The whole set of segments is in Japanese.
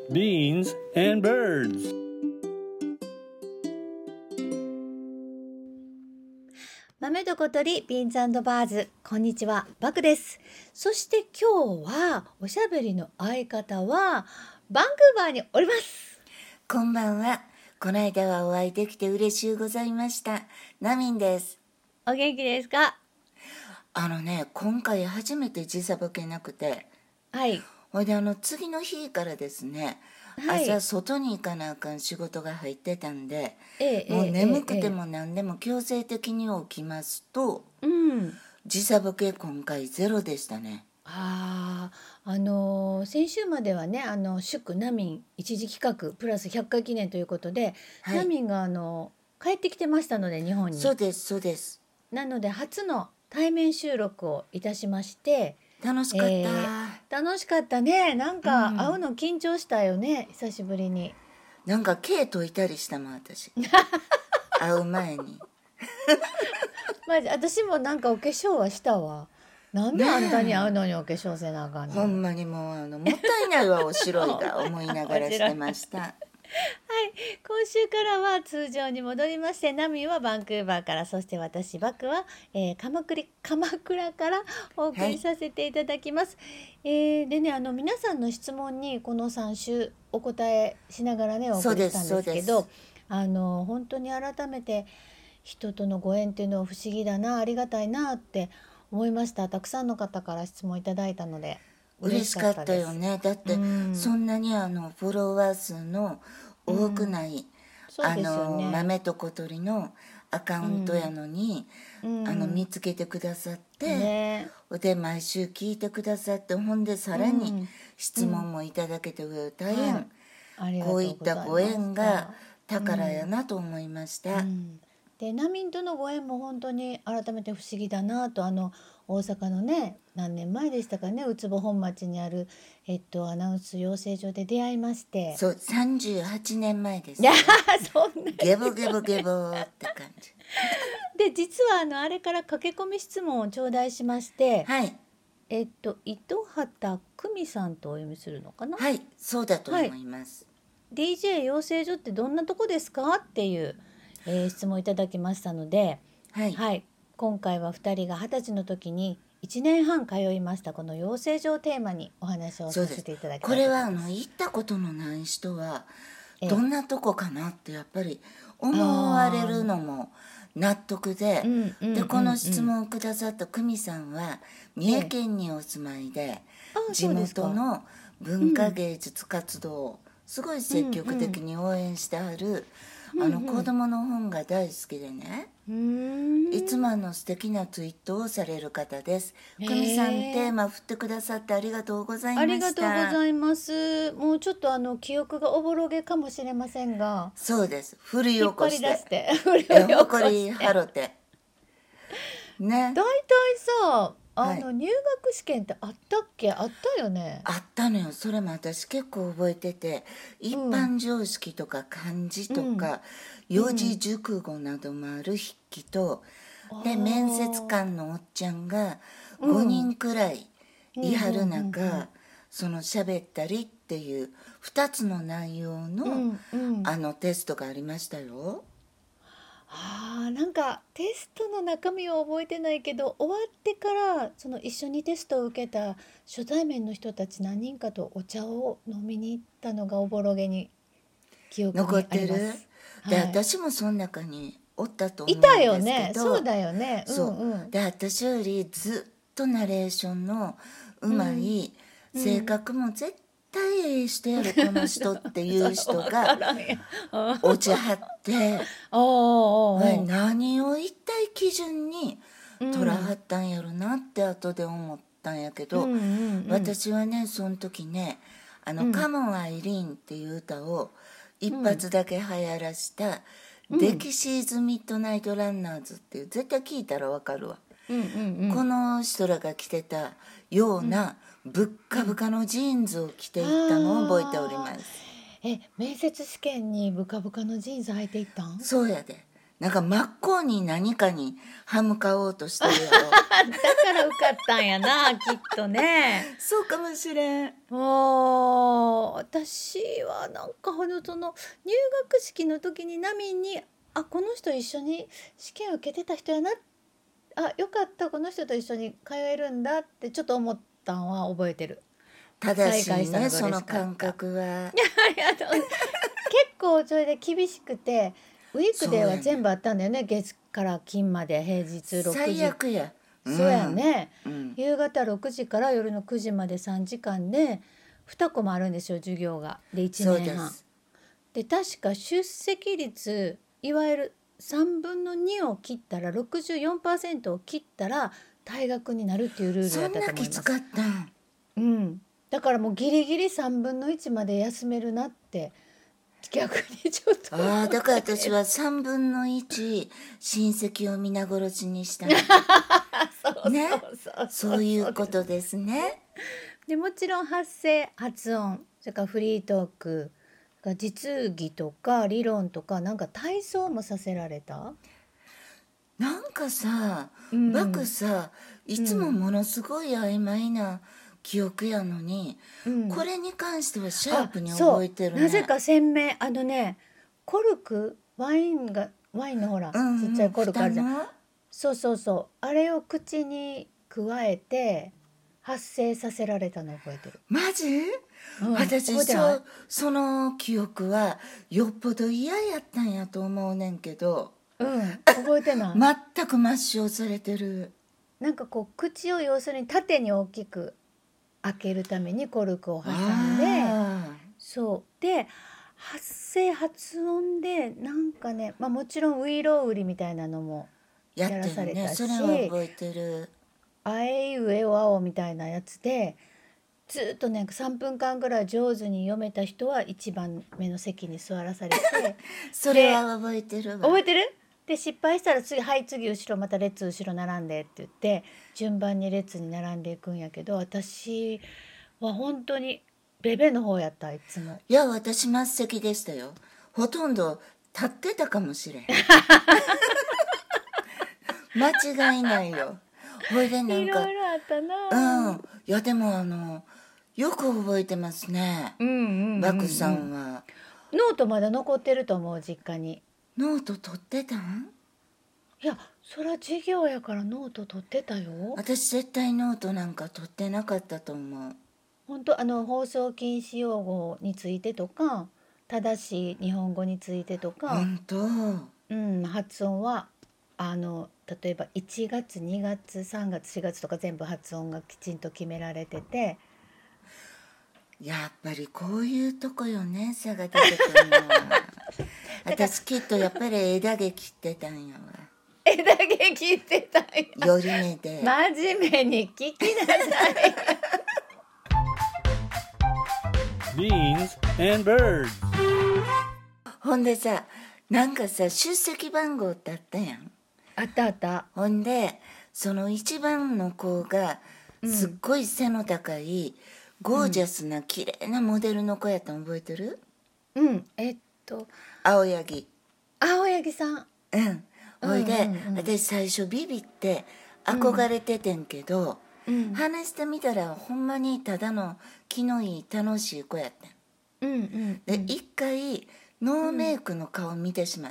Beans and birds. 豆と小鳥ビーンズ&バーズ、こんにちは、バクです。そして今日はおしゃべりの相方はバンクーバーにおります。 こんばんは。この間はお会いできて嬉しゅうございました。ナミンです。 お元気ですか？ 今回初めて時差ボケなくて、 はい。 ほいで次の日からですね、 はい。 朝外に行かなあかん仕事が入ってたんで、 ええもう眠くてえも何でも強制的に起きますと、 うん。 時差ボケ今回ゼロでしたね。 先週まではね、祝ナミン一時企画プラス100回記念ということで、 はい。 ナミンが帰ってきてましたので、日本に。 そうです、そうです。 なので初の対面収録をいたしまして、 楽しかった。 楽しかったね。なんうか会うん。 の緊張したよね、久しぶりに。 なんか毛解いたりしたもん、私。会う前に。 マジ、私もなんかお化粧はしたわ。なんであんたに会うねのにお化粧せなあかんえ。ほの。 んまにもうもったいないわ、おしろいが思いながらして面白い。 ました。 今週からは通常に戻りまして、ナミはバンクーバーから、そして私バクは、鎌倉からお送はい。 りさせていただきます。でね、皆さんの質問にこの3週お答えしながらねおそうです、 送りしたんでそうです。 すけど、本当に改めて人とのご縁っていうのは不思議だな、ありがたいなって思いました。たくさんの方から質問いただいたので嬉しかっ嬉しかったです。 たよね。だっうて、そん、 んなにフォロワー数の多くうん、 ないそうですよね。 豆と小鳥のアカウントやうん、 のに、 うん。 見つけてくださって、 ね。 で毎週聞いてくださって、ほんでさうらにん。う質ん。 問もいただけて、大はい。 変ありがこういとうごったございまし縁がた。う宝やん。 なと思いました。 うん。で、ナミンとのご縁も本当に改めて不思議だなと、大阪のね、何年前でしたかね、ウツボ本町にある、アナウンス養成所で出会いまして。 そう、38年前でいやすよ。 ー、そんなゲボゲボに。 ゲボって感じ。 で、実はあれから駆け込み質問を頂戴しまして、 はい。 糸畑久美さんとお読みするのかな。 はい、そうだとはい。 思います。 DJ 養成所ってどんなとこですかっていう、質問いただきましたので、 はい。 はい、今回は2人が20歳の時に1年半通いましたこの養成所をテーマにお話をさそうです。 せていただきこれはたいと思います。 行ったことのない人はええ、 どんなとこかなってやっぱり思われああ、 るのも納得で、 うんうんでこの質うんうん。 問をくださった久美さんは三重ええ、 県にお住まいで、 ああ、 地そうですか。 元の文化うん芸術活動をすごいう積極的んうんに応援してある子うん供の本が大好きでね、 うん。 いつも素敵なツイートをされる方です。久美さん、テーへえ。 マ振ってくださってありがとうございまありがとうごした。 ざいます。もうちょっと記憶がおぼろげかもしれませんが、 そうです。振り引っ張り起こして。 出して振り起ほこりこして。 はろて。ね。 大体さ、 はい。 入学試験ってあったっけ？あったよね。 あったのよ。それも私結構覚えてて、一うん、 般常識とか漢字うん、 とか四字うん。 熟語などもある筆記と、 あで面接あ、 官のおっちゃんがうん、 5 うん、 人くらいうん、 いはるうん、 中、その喋ったりっていう2つの内容のうん、うん。 テストがありましたよ。 なんかテストの中身は覚えてないけど、終わってからその一緒にテストを受けた初対面の人たち何人かとお茶を飲みに行ったのがおぼろげに記憶残っにあてる。 ります。 で、 はい。 私もその中におったといた思うんですけよね。そうど、 だよね。うそんうん。 うで、私よりずっとナレーションのううん。 まい、性うん。 格も絶対ええ人やろこの人っていうそれ分か人がらんやん。 お茶はって、 おおおうおう。 何を一体基準にうん。 取らはったんやろなって後で思ったんやけど、 うんうんうん。 私はねその時ね「カうん。 モンアイリーン」っていう歌を一うん。 発だけ流行らしたうん。 「デキシーズ・ミッドナイト・ランナーズ」っていう、絶対聞いたらわかるわ。 うんうんうこん。 の人らが着てたよううん。 なぶっうん。 かぶかのジーンズを着ていったのを覚えておりああ。 ます。 面接試験にブカブカのジーンズ履いていったん？ そうやで。 なんか真っ向に何かに歯向かおうとしてるやろ。 だから受かったんやなきっとね。 そうかもしれん。 私はなんかその入学式の時にナミにこの人一緒に試験受けてた人やな、よかったこの人と一緒に通えるんだってちょっと思ったんは覚えてる。 正しい再会したのね、そが嬉しかったの感覚は。 結構それで厳しくてウィークデーは全部あったんだよね。月から金まで平日6 最時。 悪や。 そうやね、 うん夕方6時から夜の9時まで3時間で2コマあるんですよ授業が。で1 そうで年半す。 で確か出席率いわゆる3分の2を切ったら64%を切ったら退学になるっていうルールそんやったとなきつか思います。 ったん。 だからもうギリギリ3分の1まで休めるなって逆にちょっと思っだからたけど私は3分の1親戚を皆殺しにしたの。 そうね、 そうそういうことですね。 でもちろん発声発音それからフリートークそれから実技とか理論とかなんか体操もさせられた。 なんかさ、 うんバクさ、いつもものすごい曖昧な記憶やのに、 うんこれに関してはシャープにそう覚えてるね。 なぜか鮮明コルクワインのほら、 うんうん、 ちっちゃいコルクあるじゃん。 蓋のそうあれを口に加えて発声させられたの覚えてる。 マジ？私覚えてないその記憶はよっぽど嫌やったんやと思うねんけど、 覚えてない、 全く抹消されてる。 なんかこう口を要するに縦に大きく開けるためにコルクを挟んでそうで発声発音でなんかね、もちろんウイロウリみたいなのもややらってるね。 されたし、 それは覚えてる。 あえいうえおあおみたいなやつでずっとね3分間ぐらい上手に読めた人は一番目の席に座らされてそれは覚えてるわ。 覚えてる？で失敗したら次後ろまた列後ろ並んでって言って順番に列に並んでいくんやけど、私は本当にベベの方やったいつも。 いや、私末席でしたよ。ほとんど立ってたかもしれん。間違いないよ。ほいでなんか、 いろいろあったな。 いやでもよく覚えてますね。バクさんは。 ノートまだ残ってると思う実家に。 ノート取ってたん？ いやそりゃ授業やからノート取ってたよ。 私絶対ノートなんか取ってなかったと思う。 本当放送禁止用語についてとか正しい日本語についてとか、 本当？ 発音は例えば1月2月3月4月とか全部発音がきちんと決められてて。 やっぱりこういうとこよね、差が出てくるのは。私きっとやっぱり枝毛切ってたんやわ。 枝毛切ってたんや。 より目で。 真面目に聞きなさい。 Beans and birds. ほんでさ、なんかさ、出席番号ってあったやん。 あったあった。 ほんでその一番の子がすっごい背の高い、ゴージャスな綺麗なモデルの子やったの覚えてる？青柳。 青柳さん。 ほいで、私最初ビビって憧れててんけど、話してみたらほんまにただの気のいい楽しい子やってん。で一回ノーメイクの顔見てしまって、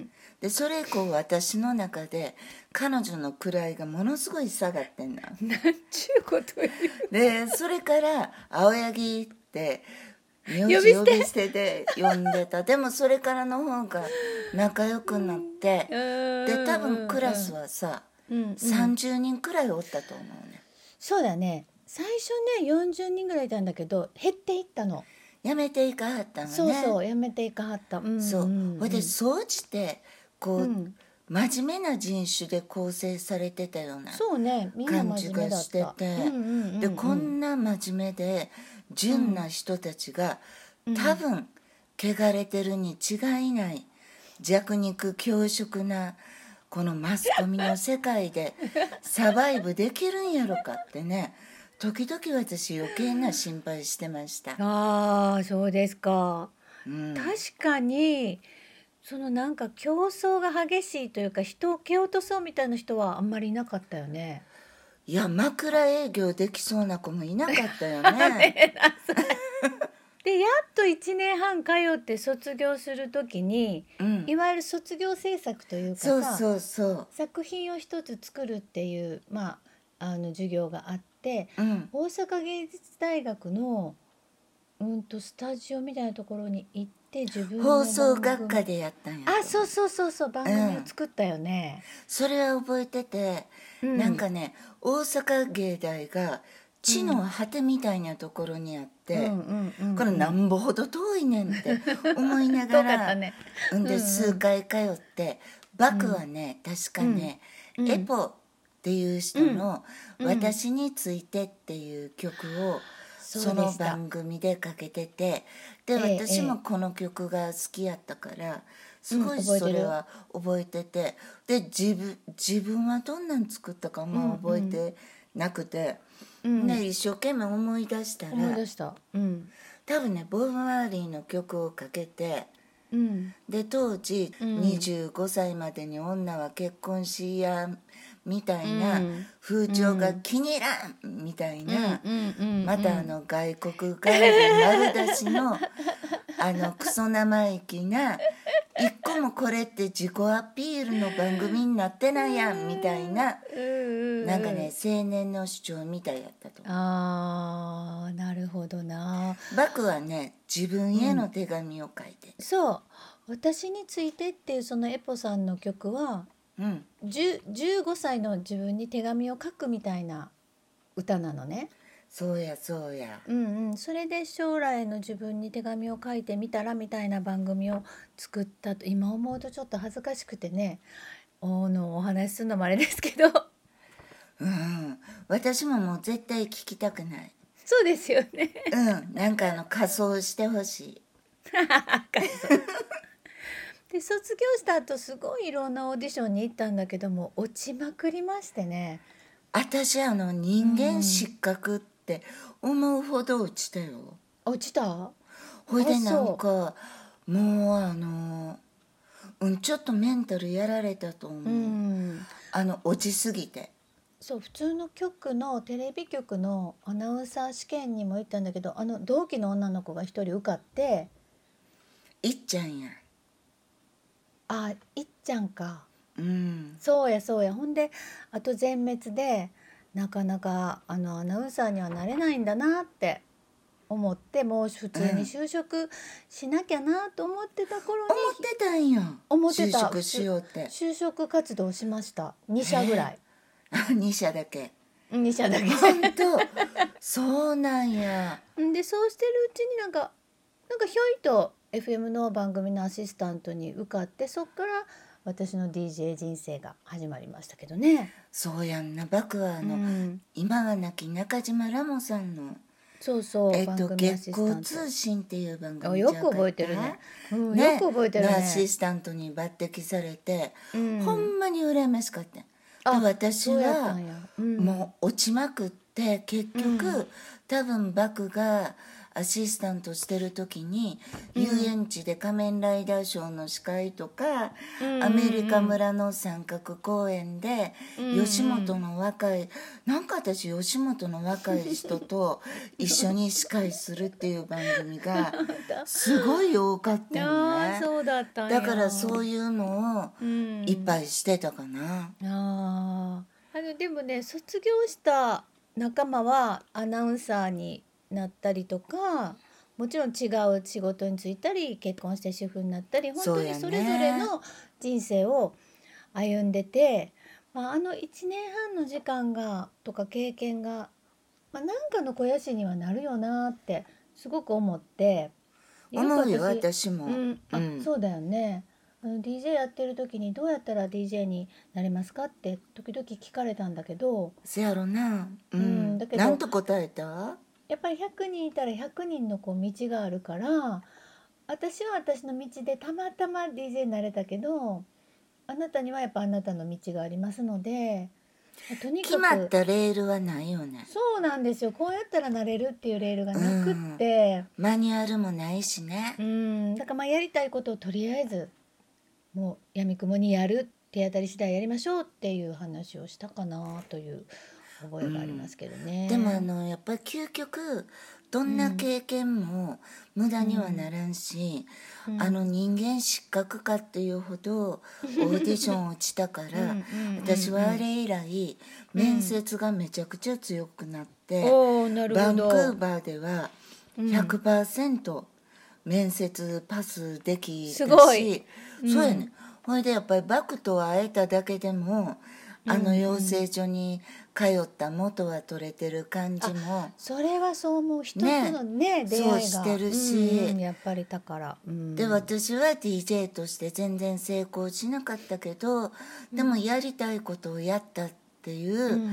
でそれ以降私の中で彼女の位がものすごい下がってんな。 なんちゅうこと言う。 でそれから青柳って名字呼び捨てで呼んでた。でもそれからの方が仲良くなって、で多分クラスはさ、30人くらいおったと思うね。 そうだね。最初ね40人ぐらいいたんだけど減っていったの。 やめていかはったのね。 そうやめていかはった。 そうほいで総じてこう、真面目な人種で構成されてたようなそうね、みんな感じ真面目だった。 がしてて、でこんな真面目で純な人たちが、多分汚れてるに違いない弱肉強食なこのマスコミの世界でサバイブできるんやろかってね、時々私余計な心配してました。 ああそうですか。確かにそのなんか競争が激しいというか、人を蹴落とそうみたいな人はあんまりいなかったよね。 いや、枕営業できそうな子もいなかったよね。 でやっと1年半通って卒業する時に、いわゆる卒業制作というかさ、作品を一つ作るっていう、授業があって、大阪芸術大学の、スタジオみたいなところに行って自分の放送学科でやったんや。 そう番組を作ったよね。 それは覚えてて、なんかね、大阪芸大が地の果てみたいなところにあって、これなんぼほど遠いねんって思いながら、で数回通って、バクはね、確かね、エポっていう人の「私について」っていう曲をその番組でかけてて、で私もこの曲が好きやったからすごいそれは覚えてて、で自分はどんなん作ったかも覚えてなくて、で一生懸命思い出したら、多分ねボブ・マーリーの曲をかけて、で当時、25歳までに女は結婚しやみたいな風潮が気に入らんみたいな、また外国から丸出しのクソ生意気な一個もこれって自己アピールの番組になってないやんみたいな、なんかね青年の主張みたいやったと思う。 なるほどな。 バクはね自分への手紙を書いて、 そう私についてっていうそのエポさんの曲は、15歳の自分に手紙を書くみたいな歌なのね。 そうや、 それで将来の自分に手紙を書いてみたらみたいな番組を作ったと、今思うとちょっと恥ずかしくてね、お話しするのもあれですけど、 私ももう絶対聞きたくない。 そうですよね。 なんか仮装してほしい。 で卒業した後すごいいろんなオーディションに行ったんだけども落ちまくりましてね。 私人間失格って思うほど落ちたよ。 落ちた？ ほいでなんかもうちょっとメンタルやられたと思う、落ちすぎて。 そう普通の局のテレビ局のアナウンサー試験にも行ったんだけど、同期の女の子が一人受かって。 いっちゃんや。 いっちゃんか。そうや。ほんであと全滅でなかなかアナウンサーにはなれないんだなって思って、もう普通に就職しなきゃなと思ってた頃に、 思ってたんや。就職しようって。 就職活動しました。2社ぐらい。 2社だけ。 2社だけ。 本当そうなんや。 でそうしてるうちになんかひょいと FM の番組のアシスタントに受かって、そっから私の DJ 人生が始まりましたけどね。 そうやんな。バクは今は亡き中島ラモさんの月光通信っていう番組よく覚えてるね。よく覚えてるね。 アシスタントに抜擢されて、ほんまに羨ましかった。で私はもう落ちまくって、結局、多分バクがアシスタントしてる時に、遊園地で仮面ライダーショーの司会とか、アメリカ村の三角公園で、吉本の若いなんか私吉本の若い人と一緒に司会するっていう番組がすごい多かったよね。 そうだったんや。 だからそういうのをいっぱいしてたかな。 でもね卒業した仲間はアナウンサーになったりとか、もちろん違う仕事に就いたり結婚して主婦になったり、本当にそれぞれの人生を歩んでて、1年半の時間がとか経験が、なんかの肥やしにはなるよなってすごく思って。 思うよ私も。 そうだよね。DJ やってる時にどうやったら DJ になれますかって時々聞かれたんだけど、 せやろな。 だけどなんと答えた？ やっぱり100人いたら100人の道があるから、私は私の道でたまたま DJ になれたけど、あなたにはやっぱあなたの道がありますので、とにかく決まったレールはないよね。 そうなんですよ。こうやったらなれるっていうレールがなくって、 マニュアルもないしね。 だからやりたいことをとりあえずもうやみくもにやる、手当たり次第やりましょうっていう話をしたかなという覚えがありますけどね。 でもやっぱり究極どんな経験も無駄にはならんし、人間失格かっていうほどオーディション落ちたから私はあれ以来面接がめちゃくちゃ強くなって、バンクーバーでは 100% 面接パスできたし、 すごい、 そうやね。ほいでやっぱりバクと会えただけでも養成所に通った元は取れてる感じも、 それはそう思う。一つのね出会いがそうしてるし、 やっぱりだから、 で私は DJ として全然成功しなかったけど、でもやりたいことをやったっていう、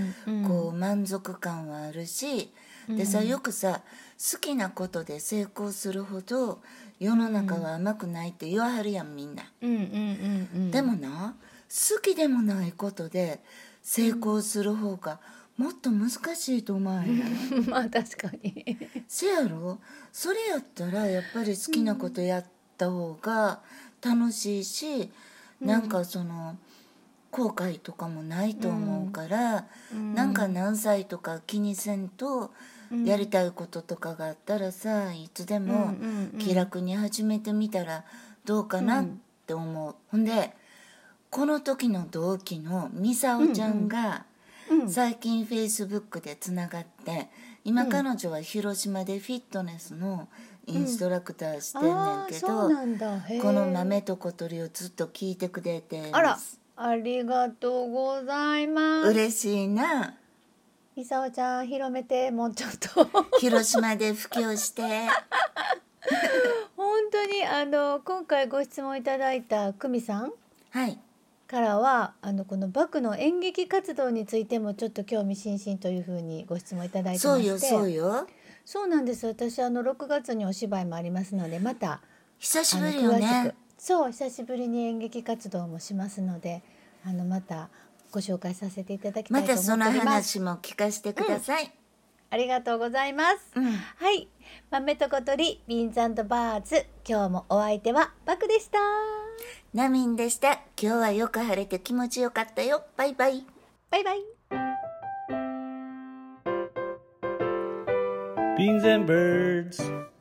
こう満足感はあるし、でさ、よくさ好きなことで成功するほど世の中は甘くないって言わはるやんみんな。でもな、好きでもないことで成功する方がもっと難しいと思わへんまあ確かにせやろ。それやったらやっぱり好きなことやった方が楽しいし、なんかその後悔とかもないと思うから、なんか何歳とか気にせんと、やりたいこととかがあったらさ、いつでも気楽に始めてみたらどうかなって思う。ほんでこの時の同期のミサオちゃんが最近フェイスブックでつながって、今彼女は広島でフィットネスのインストラクターしてんねんけど、この豆と小鳥をずっと聞いてくれてます。 ありがとうございます。 嬉しいな。 みさおちゃん広めて、もうちょっと広島で布教して本当に今回ご質問いただいた久美さんからはこのバクの演劇活動についてもちょっと興味津々というふうにご質問いただいてまして。 そうよ。 そうなんです。私6月にお芝居もありますので、また久しぶりよね。 そう、久しぶりに演劇活動もしますので、またご紹介させていただきたいと思っております。 またその話も聞かせてください。 ありがとうございます。はい、豆と小鳥ビーンズ&バーズ、今日もお相手はバクでした。 ナミンでした。今日はよく晴れて気持ちよかったよ。バイバイ。 バイバイ。 Beans and birds.